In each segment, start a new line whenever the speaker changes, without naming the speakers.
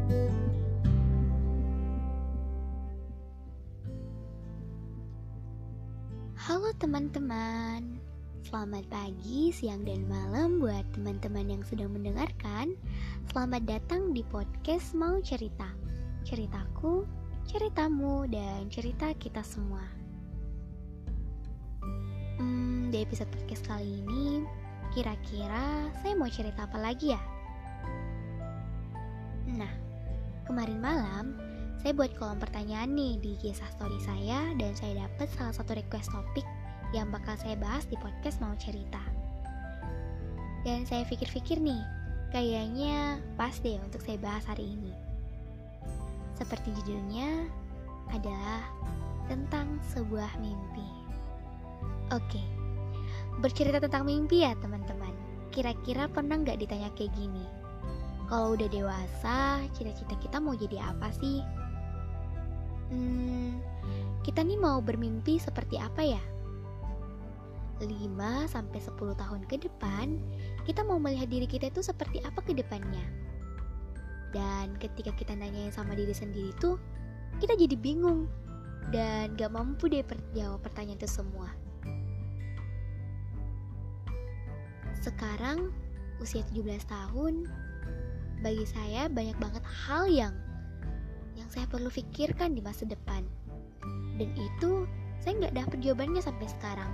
Halo teman-teman, selamat pagi, siang, dan malam buat teman-teman yang sedang mendengarkan. Selamat datang di podcast Mau Cerita. Ceritaku, ceritamu, dan cerita kita semua. Di episode podcast kali ini, kira-kira saya mau cerita apa lagi ya? Nah, kemarin malam saya buat kolom pertanyaan nih di IG story saya, dan saya dapat salah satu request topik yang bakal saya bahas di podcast Mau Cerita. Dan saya pikir-pikir nih, kayaknya pas deh untuk saya bahas hari ini. Seperti judulnya adalah tentang sebuah mimpi. Oke, bercerita tentang mimpi ya teman-teman. Kira-kira pernah gak ditanya kayak gini? Kalau udah dewasa, cita-cita kita mau jadi apa sih? Kita nih mau bermimpi seperti apa ya? 5-10 tahun ke depan, kita mau melihat diri kita itu seperti apa ke depannya. Dan ketika kita nanyain sama diri sendiri tuh, kita jadi bingung dan gak mampu deh jawab pertanyaan itu semua. Sekarang, usia 17 tahun, bagi saya banyak banget hal yang saya perlu pikirkan di masa depan. Dan itu saya nggak dapat jawabannya sampai sekarang.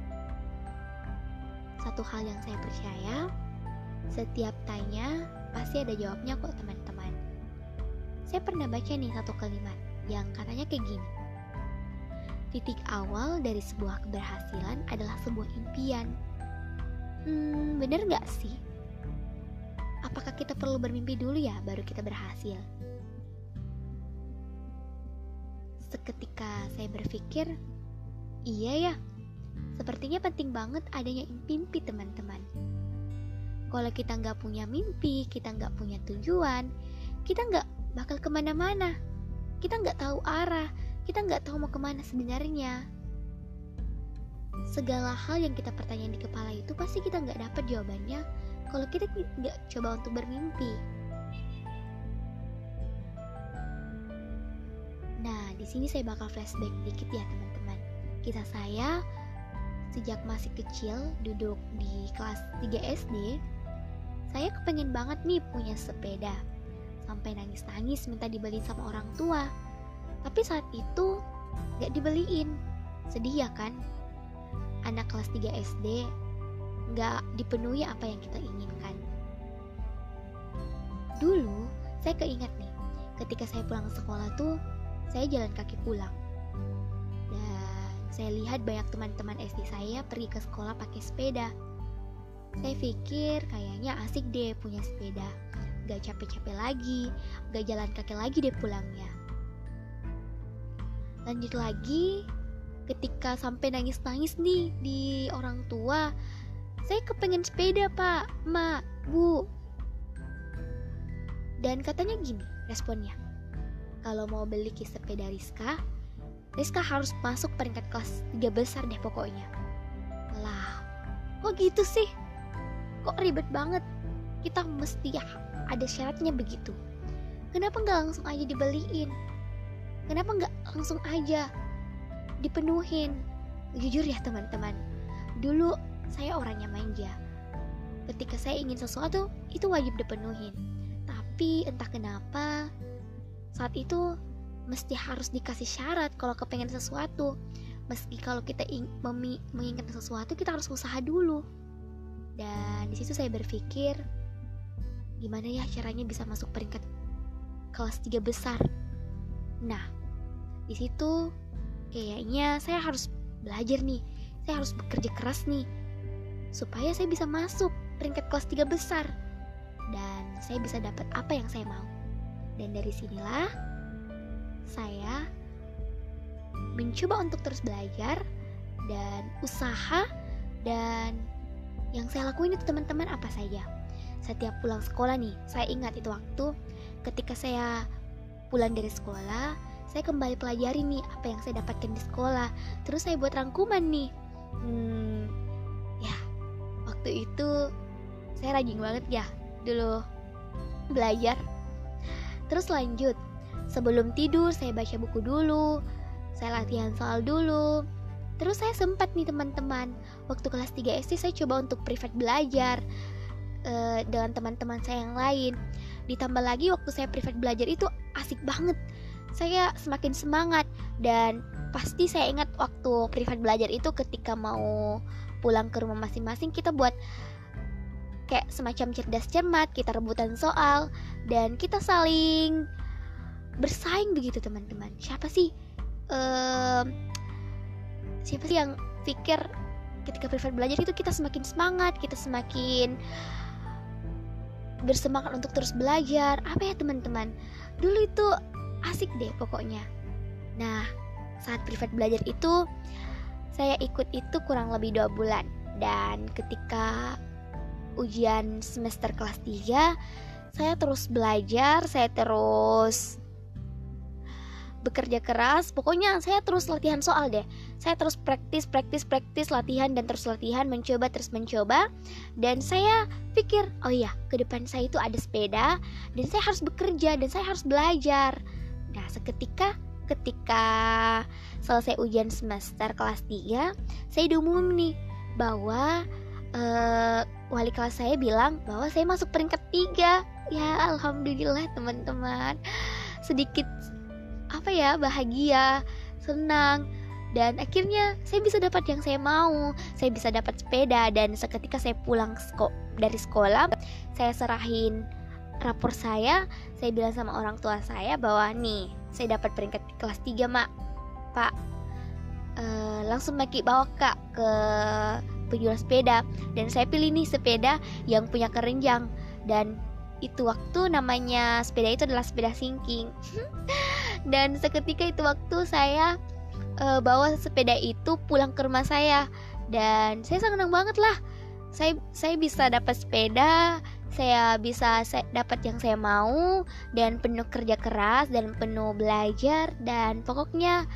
Satu hal yang saya percaya, setiap tanya pasti ada jawabnya kok teman-teman. Saya pernah baca nih satu kalimat yang katanya kayak gini. Titik awal dari sebuah keberhasilan adalah sebuah impian. Bener nggak sih? Apakah kita perlu bermimpi dulu ya baru kita berhasil? Seketika saya berpikir, iya ya, sepertinya penting banget adanya mimpi teman-teman. Kalau kita nggak punya mimpi, kita nggak punya tujuan, kita nggak bakal kemana-mana. Kita nggak tahu arah, kita nggak tahu mau kemana sebenarnya. Segala hal yang kita pertanyakan di kepala itu pasti kita nggak dapat jawabannya kalau kita nggak coba untuk bermimpi. Nah, di sini saya bakal flashback dikit ya teman-teman. Kisah saya sejak masih kecil duduk di kelas 3 SD, saya kepengen banget nih punya sepeda. Sampai nangis-nangis minta dibeliin sama orang tua. Tapi saat itu gak dibeliin. Sedih ya kan? Anak kelas 3 SD gak dipenuhi apa yang kita inginkan. Dulu saya keinget nih, ketika saya pulang sekolah tuh, saya jalan kaki pulang. Dan saya lihat banyak teman-teman SD saya pergi ke sekolah pakai sepeda. Saya pikir kayaknya asik deh punya sepeda. Gak capek-capek lagi, gak jalan kaki lagi deh pulangnya. Lanjut lagi, ketika sampai nangis-nangis nih di orang tua, saya kepengen sepeda pak, mak, bu. Dan katanya gini responnya, kalau mau beli sepeda Rizka harus masuk peringkat kelas 3 besar deh pokoknya. Lah, kok gitu sih? Kok ribet banget? Kita mesti ada syaratnya begitu. Kenapa gak langsung aja dibeliin? Kenapa gak langsung aja dipenuhin? Jujur ya teman-teman, dulu saya orangnya manja. Ketika saya ingin sesuatu, itu wajib dipenuhin. Tapi entah kenapa saat itu mesti harus dikasih syarat kalau kepengen sesuatu. Meski kalau kita menginginkan sesuatu, kita harus usaha dulu. Dan di situ saya berpikir, gimana ya caranya bisa masuk peringkat kelas 3 besar. Nah, di situ kayaknya saya harus belajar nih. Saya harus bekerja keras nih supaya saya bisa masuk peringkat kelas 3 besar dan saya bisa dapat apa yang saya mau. Dan dari sinilah saya mencoba untuk terus belajar dan usaha. Dan yang saya lakuin itu teman-teman apa saja. Setiap pulang sekolah nih, saya ingat itu waktu ketika saya pulang dari sekolah, saya kembali pelajari nih apa yang saya dapatkan di sekolah. Terus saya buat rangkuman nih. Ya, waktu itu saya rajin banget ya dulu belajar. Terus lanjut, sebelum tidur saya baca buku dulu, saya latihan soal dulu. Terus saya sempat nih teman-teman, waktu kelas 3 SD saya coba untuk privat belajar dengan teman-teman saya yang lain. Ditambah lagi waktu saya privat belajar itu asik banget, saya semakin semangat. Dan pasti saya ingat waktu privat belajar itu ketika mau pulang ke rumah masing-masing, kita buat kayak semacam cerdas cermat, kita rebutan soal, dan kita saling bersaing begitu teman-teman. Siapa sih yang pikir ketika privat belajar itu kita semakin semangat, kita semakin bersemangat untuk terus belajar. Apa ya teman-teman, dulu itu asik deh pokoknya. Nah, saat privat belajar itu saya ikut itu kurang lebih 2 bulan. Dan ketika ujian semester kelas 3, saya terus belajar, saya terus bekerja keras. Pokoknya saya terus latihan soal deh. Saya terus praktis, latihan dan terus latihan, mencoba terus mencoba. Dan saya pikir, oh iya, ke depan saya itu ada sepeda dan saya harus bekerja dan saya harus belajar. Nah, seketika ketika selesai ujian semester kelas 3, saya diumum nih bahwa wali kelas saya bilang bahwa saya masuk peringkat 3. Ya, alhamdulillah teman-teman. Sedikit bahagia, senang, dan akhirnya saya bisa dapat yang saya mau. Saya bisa dapat sepeda, dan seketika saya pulang dari sekolah, saya serahin rapor saya bilang sama orang tua saya bahwa nih, saya dapat peringkat kelas 3 Pak. Langsung Maki bawa Kak ke penjual sepeda, dan saya pilih nih sepeda yang punya keranjang. Dan itu waktu namanya sepeda itu adalah sepeda sinking. Dan seketika itu waktu saya bawa sepeda itu pulang ke rumah saya, dan saya senang banget lah. Saya bisa dapat sepeda, saya bisa dapat yang saya mau, dan penuh kerja keras dan penuh belajar. Dan pokoknya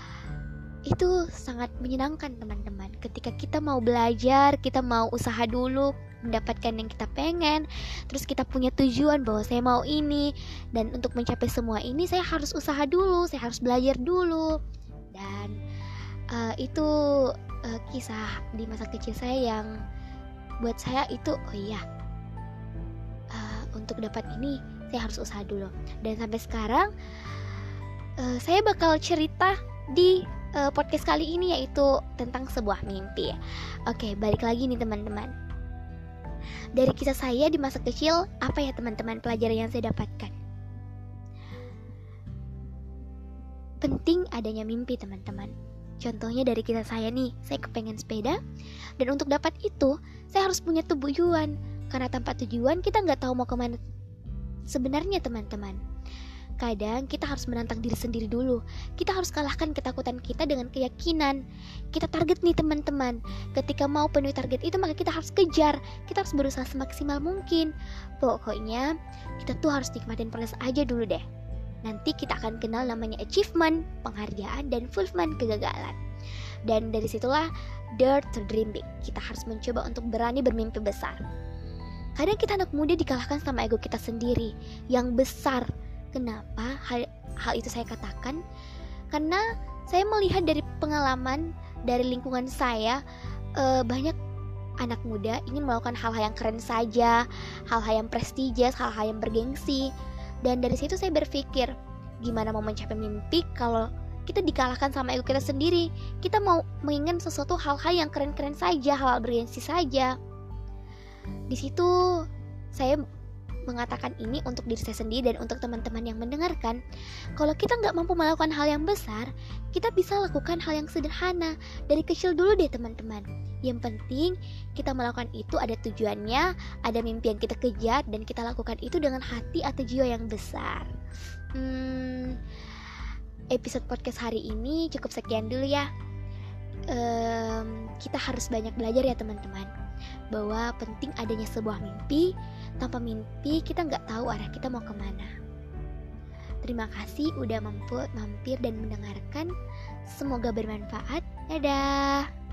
itu sangat menyenangkan teman-teman. Ketika kita mau belajar, kita mau usaha dulu mendapatkan yang kita pengen, terus kita punya tujuan bahwa saya mau ini, dan untuk mencapai semua ini saya harus usaha dulu, saya harus belajar dulu. Dan itu kisah di masa kecil saya yang buat saya itu, oh iya, untuk dapat ini saya harus usaha dulu. Dan sampai sekarang saya bakal cerita di podcast kali ini, yaitu tentang sebuah mimpi. Oke, balik lagi nih teman-teman. Dari kisah saya di masa kecil, apa ya teman-teman pelajaran yang saya dapatkan? Penting adanya mimpi teman-teman. Contohnya dari kisah saya nih, saya kepengen sepeda, dan untuk dapat itu saya harus punya tujuan. Karena tanpa tujuan kita nggak tahu mau kemana sebenarnya teman-teman. Kadang kita harus menantang diri sendiri dulu. Kita harus kalahkan ketakutan kita dengan keyakinan. Kita target nih teman-teman. Ketika mau penuhi target itu, maka kita harus kejar. Kita harus berusaha semaksimal mungkin. Pokoknya kita tuh harus nikmatin proses aja dulu deh. Nanti kita akan kenal namanya achievement, penghargaan, dan fulfillment, kegagalan. Dan dari situlah dare to dream big. Kita harus mencoba untuk berani bermimpi besar. Kadang kita anak muda dikalahkan sama ego kita sendiri yang besar. Kenapa hal itu saya katakan? Karena saya melihat dari pengalaman, dari lingkungan saya, banyak anak muda ingin melakukan hal-hal yang keren saja, hal-hal yang prestigious, hal-hal yang bergengsi. Dan dari situ saya berpikir, gimana mau mencapai mimpi kalau kita dikalahkan sama ego kita sendiri? Kita mau menginginkan sesuatu hal-hal yang keren-keren saja, hal-hal bergengsi saja. Di situ saya mengatakan ini untuk diri saya sendiri dan untuk teman-teman yang mendengarkan. Kalau kita nggak mampu melakukan hal yang besar, kita bisa lakukan hal yang sederhana. Dari kecil dulu deh teman-teman. Yang penting kita melakukan itu ada tujuannya, ada mimpi yang kita kejar, dan kita lakukan itu dengan hati atau jiwa yang besar. Episode podcast hari ini cukup sekian dulu ya. Kita harus banyak belajar ya teman-teman, bahwa penting adanya sebuah mimpi. Tanpa mimpi kita nggak tahu arah kita mau kemana. Terima kasih udah mampir dan mendengarkan. Semoga bermanfaat. Dadah.